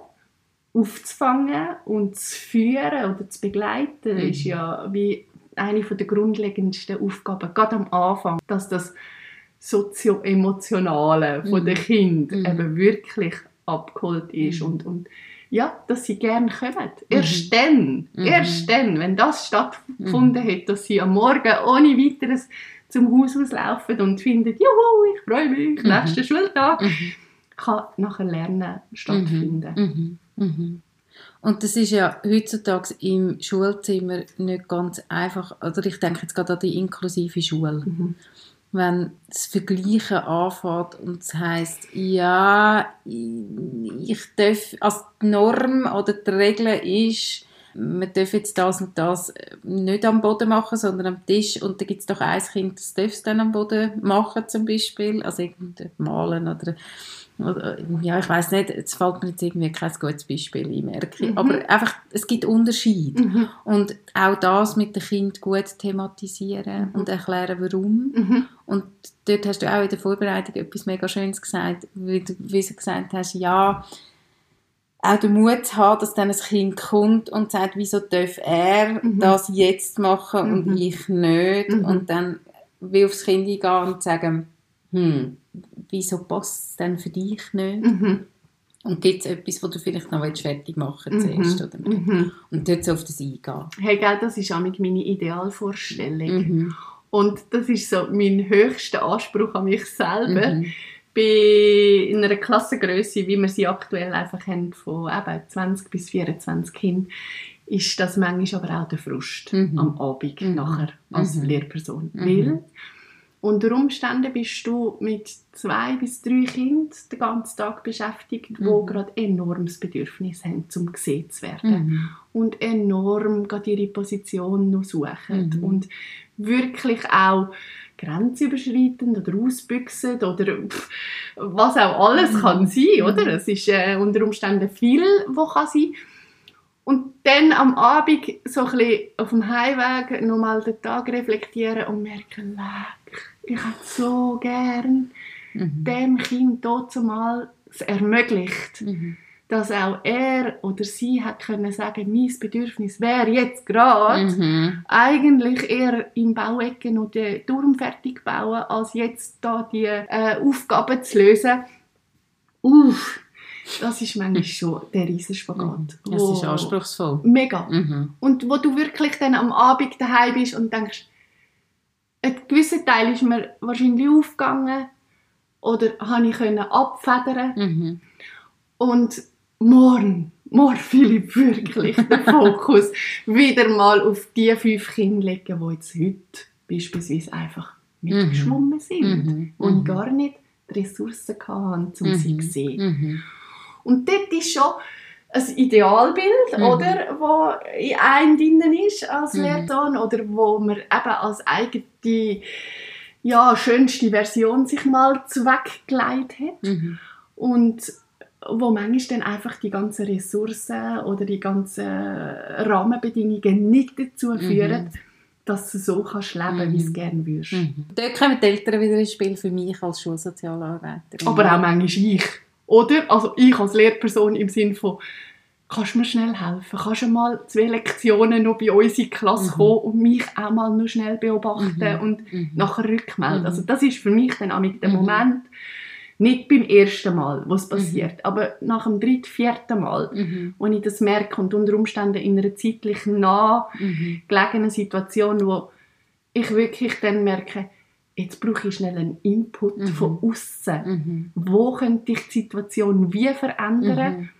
aufzufangen und zu führen oder zu begleiten, mhm. ist ja wie eine der grundlegendsten Aufgaben, gerade am Anfang, dass das Sozio-Emotionale von mhm. den Kindern mhm. eben wirklich abgeholt ist mhm. und, und ja, dass sie gerne kommen. Erst mhm. dann, mhm. erst dann, wenn das stattgefunden mhm. hat, dass sie am Morgen ohne weiteres zum Haus auslaufen und finden, juhu, ich freue mich, mhm. nächsten Schultag, mhm. kann nachher Lernen stattfinden.
Mhm. Mhm. Und das ist ja heutzutage im Schulzimmer nicht ganz einfach, oder ich denke jetzt gerade an die inklusive Schule. Mhm. Wenn das Vergleichen anfängt und es heisst, ja, ich darf, also die Norm oder die Regel ist, man darf jetzt das und das nicht am Boden machen, sondern am Tisch, und da gibt es doch ein Kind, das darf es dann am Boden machen zum Beispiel, also irgendwie malen oder, oder ja, ich weiss nicht, jetzt fällt mir jetzt irgendwie kein gutes Beispiel ein, merke ich. Mhm. Aber einfach, es gibt Unterschiede. Mhm. Und auch das mit dem Kind gut thematisieren mhm. und erklären, warum. Mhm. Und dort hast du auch in der Vorbereitung etwas mega Schönes gesagt, wie du, wie du gesagt hast, ja, auch den Mut zu haben, dass dann ein Kind kommt und sagt, wieso darf er mhm. das jetzt machen mhm. und ich nicht. Mhm. Und dann wie aufs Kind eingehen und sagen, hm, wieso passt es denn für dich nicht? Mhm. Und gibt es etwas, was du vielleicht noch fertig machen willst zuerst, oder nicht? Mhm. Und dort so auf das eingehen.
Hey, gell, das ist auch meine Idealvorstellung. Mhm. Und das ist so mein höchster Anspruch an mich selber. Mhm. Bei einer Klassengrösse, wie wir sie aktuell einfach haben, von eben zwanzig bis vierundzwanzig Kindern, ist das manchmal aber auch der Frust mhm. am Abend mhm. nachher als mhm. Lehrperson. Mhm. Weil unter Umständen bist du mit zwei bis drei Kindern den ganzen Tag beschäftigt, die mhm. gerade enormes Bedürfnis haben, um gesehen zu werden. Mhm. Und enorm gerade ihre Position noch suchen. Mhm. Und wirklich auch grenzüberschreitend oder ausbüchsend oder pff, was auch alles mhm. kann sein, oder? Es ist äh, unter Umständen viel, was kann sein. Und dann am Abend so ein bisschen auf dem Heimweg nochmal den Tag reflektieren und merken, leck, ich hätte so gern mhm. dem Kind dort mal es ermöglicht, mhm. dass auch er oder sie hat können sagen, mein Bedürfnis wäre jetzt gerade mhm. eigentlich eher im Bauecken und den Turm fertig bauen, als jetzt da die äh, Aufgaben zu lösen. Uff, das ist manchmal schon der Riesenspagat.
Mhm. Das ist anspruchsvoll.
Mega.
Mhm.
Und wo du wirklich dann am Abend daheim bist und denkst, ein gewisser Teil ist mir wahrscheinlich aufgegangen oder habe ich können abfedern.
Mhm.
Und morgen, morgen Philipp, wirklich den Fokus wieder mal auf die fünf Kinder legen, die jetzt heute beispielsweise einfach mitgeschwommen sind,
Mhm.
wo ich
Mhm.
gar nicht die Ressourcen hatte, um sie zu
Mhm.
sehen.
Mhm.
Und dort ist schon ein Idealbild,
Mhm.
oder, wo in einem drin ist als
Mhm.
Lehrperson oder wo man eben als eigene, ja, schönste Version sich mal zuweggelegt hat.
Mhm.
Und wo manchmal dann einfach die ganzen Ressourcen oder die ganzen Rahmenbedingungen nicht dazu führen,
Mhm.
dass du so kannst leben,
Mhm.
wie du es gerne würdest.
Mhm. Dort kommen die Eltern wieder ins Spiel für mich als Schulsozialarbeiterin.
Aber auch manchmal ich. Oder? Also ich als Lehrperson im Sinne von, kannst du mir schnell helfen? Kannst du mal zwei Lektionen noch bei uns in die Klasse
Mhm.
kommen und mich auch mal nur schnell beobachten
Mhm.
und
Mhm.
nachher rückmelden?
Mhm.
Also das ist für mich dann auch mit dem
Mhm.
Moment, nicht beim ersten Mal, was
Mhm.
passiert, aber nach dem dritten, vierten Mal,
Mhm.
wo ich das merke und unter Umständen in einer zeitlich nah
Mhm.
gelegenen Situation, wo ich wirklich dann merke, jetzt brauche ich schnell einen Input
Mhm.
von außen.
Mhm.
Wo könnte ich die Situation wie verändern,
Mhm.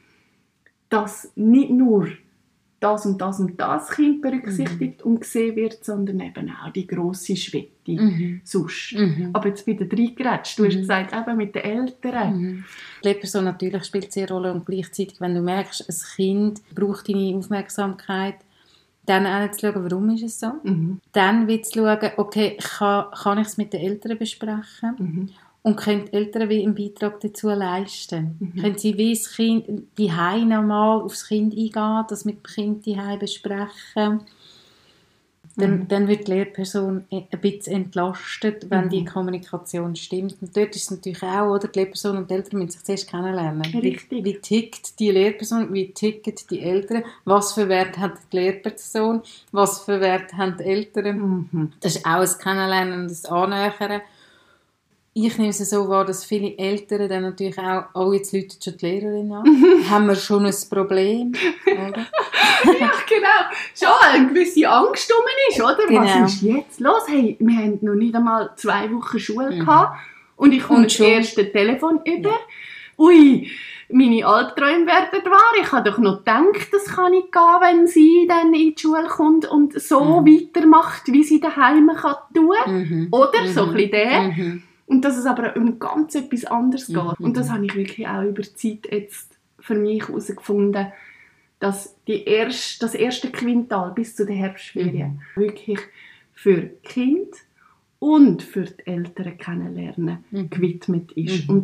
dass nicht nur das und das und das Kind berücksichtigt und gesehen wird, sondern eben auch die grosse Schwette
Mhm.
sonst.
Mhm.
Aber jetzt bei den drei gerätst, du hast
Mhm.
gesagt, eben mit den Eltern.
Mhm. Die Lehrperson natürlich spielt sehr eine Rolle und gleichzeitig, wenn du merkst, ein Kind braucht deine Aufmerksamkeit, dann auch zu schauen, warum ist es so.
Mhm.
Dann wird zu schauen, okay, kann, kann ich es mit den Eltern besprechen?
Mhm.
Und können die Eltern wie einen Beitrag dazu leisten?
Mhm.
Können sie wie das Kind die Heim nochmal aufs Kind eingehen, das mit dem Kind die Heim besprechen? Dann,
Mhm.
dann wird die Lehrperson ein bisschen entlastet, wenn
Mhm.
die Kommunikation stimmt. Und dort ist es natürlich auch, oder, die Lehrperson und die Eltern müssen sich zuerst kennenlernen.
Richtig.
Wie, wie tickt die Lehrperson, wie ticken die Eltern, was für Wert hat die Lehrperson, was für Wert haben die Eltern.
Mhm.
Das ist auch ein Kennenlernen und ein Annähern. Ich nehme es so wahr, dass viele Eltern dann natürlich auch, oh, jetzt läutet schon die Lehrerin an. Haben wir schon ein Problem? Oder?
Ja, genau. Schon eine gewisse Angst rum ist, oder?
Genau.
Was ist jetzt los? Hey, wir haben noch nicht einmal zwei Wochen Schule
Mhm.
gehabt und ich komme
Und
das
schon.
erste Telefon über.
Ja.
Ui, meine Albträume werden wahr. Ich habe doch noch gedacht, das kann nicht gehen, wenn sie dann in die Schule kommt und so
Mhm.
weitermacht, wie sie daheim kann tun.
Mhm.
Oder?
Mhm.
So ein bisschen der.
Mhm.
Und dass es aber um ganz etwas anderes geht.
Mhm.
Und das habe ich wirklich auch über die Zeit jetzt für mich herausgefunden, dass die erste, das erste Quintal bis zu den Herbstferien wirklich für Kind und für die Eltern kennenlernen
Mhm.
gewidmet ist.
Mhm.
Und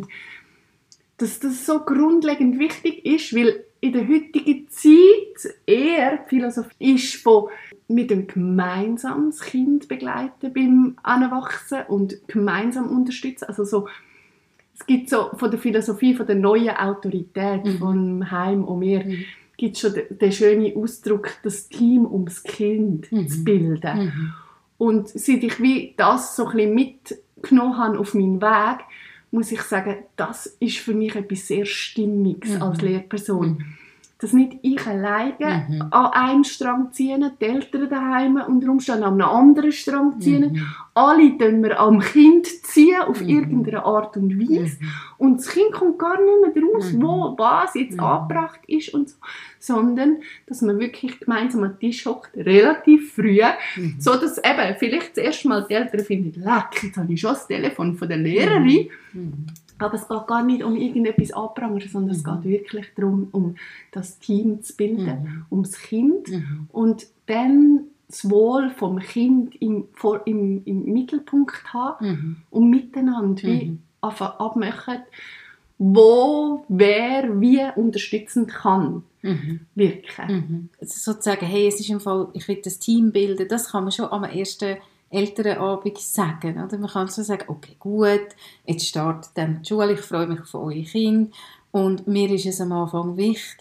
dass das so grundlegend wichtig ist, weil in der heutigen Zeit eher die Philosophie ist von mit dem gemeinsam das Kind begleiten beim Anwachsen und gemeinsam unterstützen. Also so, es gibt so von der Philosophie von der neuen Autorität
Mhm.
vom Heim und mir
Mhm.
gibt es schon den, den schönen Ausdruck, das Team ums Kind
Mhm.
zu bilden.
Mhm.
Und seit ich wie das so ein bisschen mitgenommen habe auf meinen Weg, muss ich sagen, das ist für mich etwas sehr Stimmiges
Mhm.
als Lehrperson.
Mhm.
Dass nicht ich alleine
Mhm.
an einem Strang ziehen, die Eltern daheim unter Umständen an einem anderen Strang ziehen.
Mhm.
Alle ziehen wir am Kind ziehen, auf
Mhm.
irgendeine Art und Weise.
Mhm.
Und das Kind kommt gar nicht mehr raus,
Mhm.
wo was jetzt
Mhm.
angebracht ist und so. Sondern, dass man wirklich gemeinsam am Tisch hockt, relativ früh,
Mhm.
so dass eben vielleicht das erste Mal die Eltern finden, leck, jetzt habe ich schon das Telefon von der Lehrerin.
Mhm.
Aber es geht gar nicht um irgendetwas anprangern, sondern es
Mhm.
geht wirklich darum, um das Team zu bilden,
Mhm.
ums Kind
Mhm.
und dann das Wohl vom Kind im, vor, im, im Mittelpunkt haben
Mhm.
und miteinander wie
Mhm.
einfach abmachen, wo wer wie unterstützend kann
Mhm.
wirken.
Mhm. Also sozusagen, hey, es ist im Fall, ich will das Team bilden, das kann man schon am ersten Elternabend sagen. Oder? Man kann so sagen, okay, gut, jetzt startet dann die Schule, ich freue mich auf eure Kinder und mir ist es am Anfang wichtig,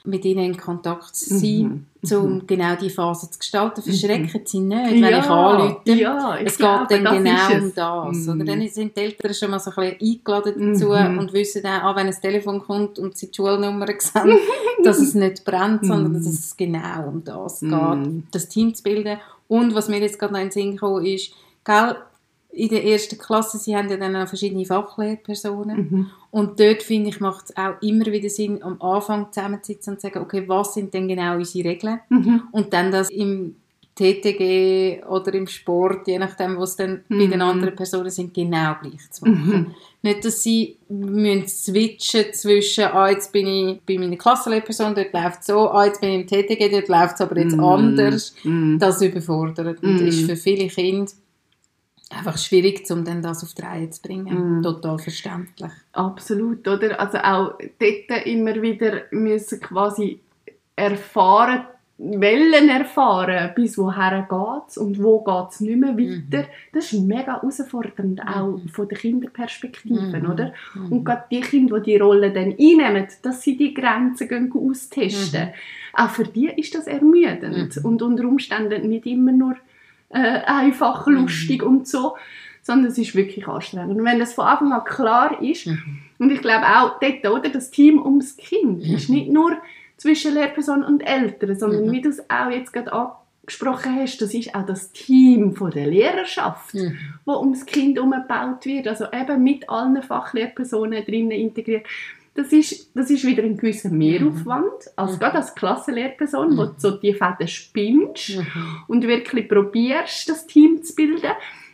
mit ihnen in Kontakt zu sein,
Mhm.
um
Mhm.
genau diese Phase zu gestalten. Verschrecken sie nicht, wenn
Ja,
ich anrufe.
ja, ich
es
glaube,
geht dann
das
genau
ist es.
um das.
Mhm.
Oder? Dann sind die Eltern schon mal so ein bisschen eingeladen dazu
Mhm.
und wissen dann, ah, wenn ein Telefon kommt und sie die Schulnummer sehen, dass es nicht brennt, sondern dass es genau um das geht,
Mhm.
das Team zu bilden. Und was mir jetzt gerade noch in den Sinn gekommen ist, gell, in der ersten Klasse, sie haben ja dann auch verschiedene Fachlehrpersonen.
Mhm.
Und dort, finde ich, macht es auch immer wieder Sinn, am Anfang zusammenzusitzen und zu sagen, okay, was sind denn genau unsere Regeln?
Mhm.
Und dann das im T T G oder im Sport, je nachdem, was dann
Mhm.
bei den anderen Personen sind, genau gleich zu machen.
Mhm.
Nicht, dass sie müssen switchen zwischen, ah, jetzt bin ich bei meiner Klassenlehrperson, dort läuft es so, ah, jetzt bin ich im T T G, dort läuft es aber jetzt
Mhm.
anders.
Mhm.
Das überfordert und
Mhm.
ist für viele Kinder einfach schwierig, um dann das auf die Reihe zu bringen.
Mm.
Total verständlich.
Absolut, oder? Also auch dort immer wieder müssen quasi erfahren, wollen erfahren, bis woher geht es und wo geht es nicht mehr weiter.
Mhm.
Das ist mega herausfordernd, auch
Mhm.
von der Kinderperspektive,
Mhm.
oder?
Mhm.
Und gerade die Kinder, die die Rolle dann einnehmen, dass sie die Grenzen gehen austesten,
Mhm.
auch für die ist das ermüdend
Mhm.
und unter Umständen nicht immer nur äh, einfach, lustig
Mhm.
und so, sondern es ist wirklich anstrengend. Und wenn das von Anfang an klar ist,
Mhm.
und ich glaube auch dort, oder, das Team ums Kind
Mhm.
ist nicht nur zwischen Lehrperson und Eltern, sondern
Mhm.
wie du es auch jetzt gerade angesprochen hast, das ist auch das Team von der Lehrerschaft,
Mhm.
wo ums Kind umgebaut wird, also eben mit allen Fachlehrpersonen drinnen integriert. Das ist, das ist wieder ein gewisser Mehraufwand, als
Mhm.
gerade als Klassenlehrperson, wo
Mhm.
du so die Fäden spinnst
Mhm.
und wirklich probierst, das Team zu bilden.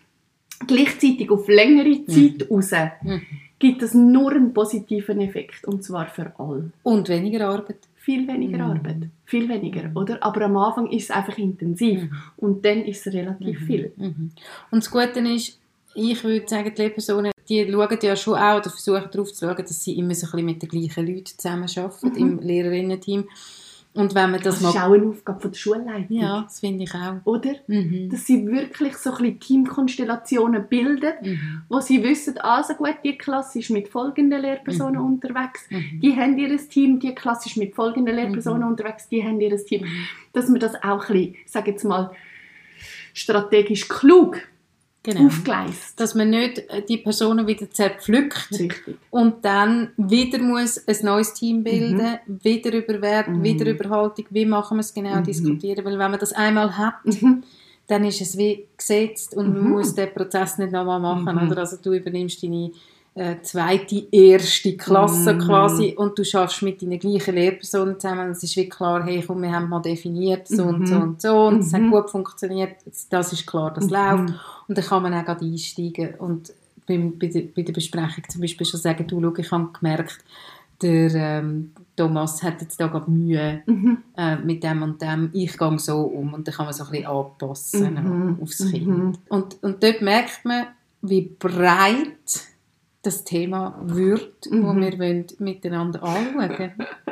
Gleichzeitig auf längere Zeit raus
Mhm.
gibt es nur einen positiven Effekt, und zwar für alle.
Und weniger Arbeit.
Viel weniger
Mhm.
Arbeit, viel weniger, oder? Aber am Anfang ist es einfach intensiv
Mhm.
und dann ist es relativ viel.
Mhm. Und das Gute ist, ich würde sagen, die Lehrpersonen, die schauen ja schon auch oder versuchen darauf zu schauen, dass sie immer so ein bisschen mit den gleichen Leuten zusammenarbeiten
Mhm.
im Lehrerinnen-Team. Und wenn man das,
Das ist
mal...
auch eine Aufgabe von der Schulleitung,
Ja, das finde ich auch.
oder?
Mhm.
Dass sie wirklich so ein bisschen Teamkonstellationen bilden,
Mhm.
wo sie wissen, also gut, die Klasse ist mit folgenden Lehrpersonen
Mhm.
unterwegs,
Mhm.
die haben ihr Team, die Klasse ist mit folgenden Lehrpersonen
Mhm.
unterwegs, die haben ihr Team.
Mhm.
Dass man das auch ein bisschen, sage jetzt mal, strategisch klug
Genau.
aufgleist.
Dass man nicht die Personen wieder zerpflückt
Richtig.
und dann wieder muss ein neues Team bilden,
Mhm.
wieder über Wert,
Mhm.
wieder über Haltung, wie machen wir es genau,
Mhm.
diskutieren. Weil wenn man das einmal hat,
Mhm.
dann ist es wie gesetzt und man
Mhm.
muss den Prozess nicht nochmal machen.
Mhm.
Oder? Also du übernimmst deine äh, zweite, erste Klasse
Mhm.
quasi und du schaffst mit deinen gleichen Lehrpersonen zusammen. Es ist wie klar, hey, komm, wir haben mal definiert, so
Mhm.
und so und so und es
Mhm.
hat gut funktioniert, das ist klar, das
Mhm.
läuft. Und dann kann man auch gerade einsteigen und beim, bei, der, bei der Besprechung zum Beispiel schon sagen, du, schau, ich habe gemerkt, der ähm, Thomas hat jetzt da gerade Mühe
Mhm.
äh, mit dem und dem, ich gehe so um und dann kann man so ein bisschen anpassen
Mhm.
aufs
Mhm.
Kind. Und, und dort merkt man, wie breit das Thema wird,
Mhm.
wo wir wollen miteinander anschauen.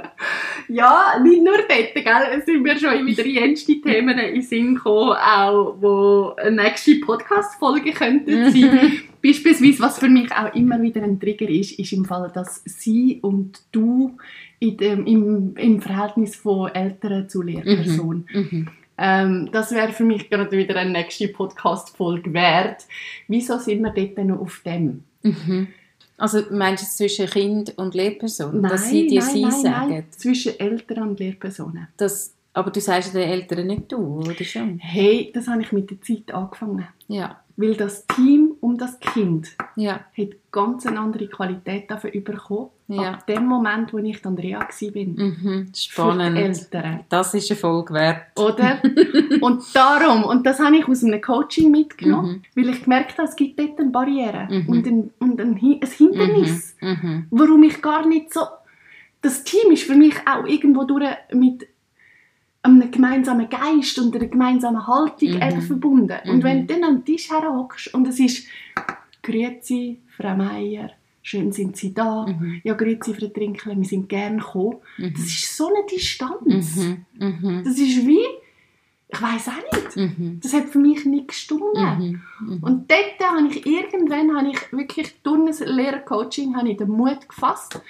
Ja, nicht nur dort, gell? Es sind mir schon wieder jenste Themen in den Sinn gekommen, auch wo eine nächste Podcast-Folge könnte sein. Beispielsweise, was für mich auch immer wieder ein Trigger ist, ist im Fall, dass sie und du in dem, im, im Verhältnis von Eltern zu Lehrperson.
Mhm.
Ähm, das wäre für mich gerade wieder eine nächste Podcast-Folge wert. Wieso sind wir dort noch auf dem?
Mhm. Also meinst du zwischen Kind und Lehrperson?
Nein,
dass sie dir
nein,
sie
nein,
sagen?
nein. Zwischen Eltern und Lehrpersonen.
Das, aber du sagst den Eltern nicht du, oder schon?
Hey, das habe ich mit der Zeit angefangen.
Ja.
Weil das Team um das Kind
Ja.
hat ganz eine andere Qualität dafür bekommen,
Ja.
ab dem Moment, wo ich Andrea war.
Mhm.
Für die
Spannend.
Eltern.
Das ist eine Folge wert.
Oder? Und darum, und das habe ich aus einem Coaching mitgenommen,
Mhm.
weil ich gemerkt habe, es gibt dort eine Barriere
Mhm.
und ein, und ein, Hi- ein Hindernis,
Mhm. Mhm.
warum ich gar nicht so... Das Team ist für mich auch irgendwo durch mit einem gemeinsamen Geist und einer gemeinsamen Haltung
Mhm.
eben verbunden. Und
Mhm.
wenn du dann am Tisch herhockst und es ist «Grüezi, Frau Meier, schön sind Sie da.
Mhm.
Ja, grüezi, Frau Trinkle, wir sind gerne gekommen.»
Mhm.
Das ist so eine Distanz.
Mhm. Mhm.
Das ist wie... Ich weiss auch nicht.
Mhm.
Das hat für mich nicht gestimmt.
Mhm. Mhm.
Und dort habe ich irgendwann, habe ich wirklich durch ein Lehrercoaching, habe ich den Mut gefasst,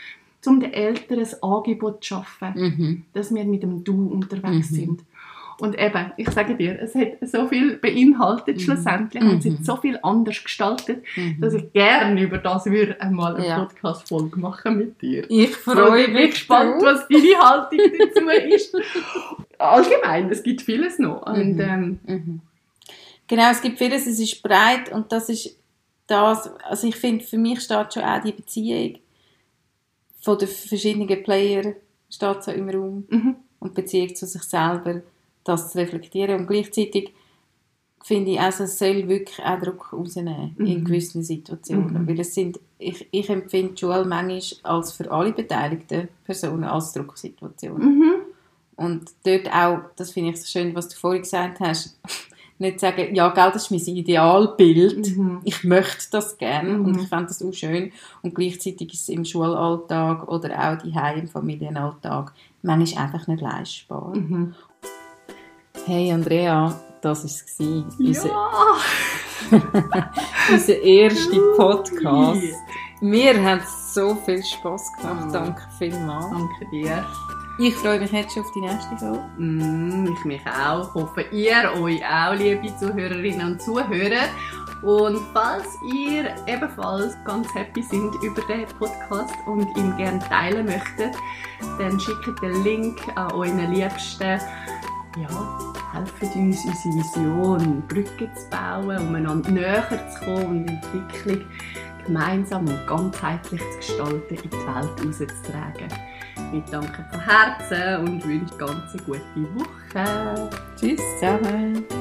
um den Eltern ein Angebot zu schaffen,
Mhm.
dass wir mit dem Du unterwegs
Mhm.
sind. Und eben, ich sage dir, es hat so viel beinhaltet schlussendlich
Mhm.
und es hat so viel anders gestaltet,
Mhm.
dass ich gerne über das würde einmal eine
Ja.
Podcast-Folge machen mit dir.
Ich
So,
freue
ich bin
mich
gespannt,
drauf.
was deine Haltung dazu ist. Allgemein, es gibt vieles noch. Und,
Mhm.
ähm,
Mhm. Genau, es gibt vieles, es ist breit und das ist das, also ich finde, für mich steht schon auch die Beziehung von den verschiedenen Player steht so im Raum
mhm.
und die Beziehung zu sich selber, das zu reflektieren und gleichzeitig finde ich, also es soll wirklich auch Druck rausnehmen
Mhm.
in gewissen Situationen,
Mhm.
weil es sind, ich, ich empfinde die Schule manchmal als für alle beteiligten Personen als Drucksituation.
Mhm.
Und dort auch, das finde ich so schön, was du vorhin gesagt hast, nicht sagen, ja, gell, das ist mein Idealbild,
Mhm.
ich möchte das gerne
Mhm.
und ich fände das auch schön. Und gleichzeitig ist es im Schulalltag oder auch daheim im Familienalltag manchmal einfach nicht leistbar.
Mhm.
Hey Andrea, das war es. Unser,
Ja!
unser erster Podcast. Mir hat es so viel Spass gemacht,
Mhm.
danke vielmals.
Danke dir.
Ich freue mich jetzt schon auf die nächste Folge.
Mm, ich mich auch. Hoffe, ihr euch auch, liebe Zuhörerinnen und Zuhörer. Und falls ihr ebenfalls ganz happy sind über den Podcast und ihn gerne teilen möchtet, dann schickt den Link an euren Liebsten. Ja, helft uns, unsere Vision, Brücken zu bauen, um einander näher zu kommen und die Entwicklung gemeinsam und ganzheitlich zu gestalten, in die Welt hinauszutragen. Ich danke von Herzen und wünsche ganz eine gute Woche.
Tschüss zusammen.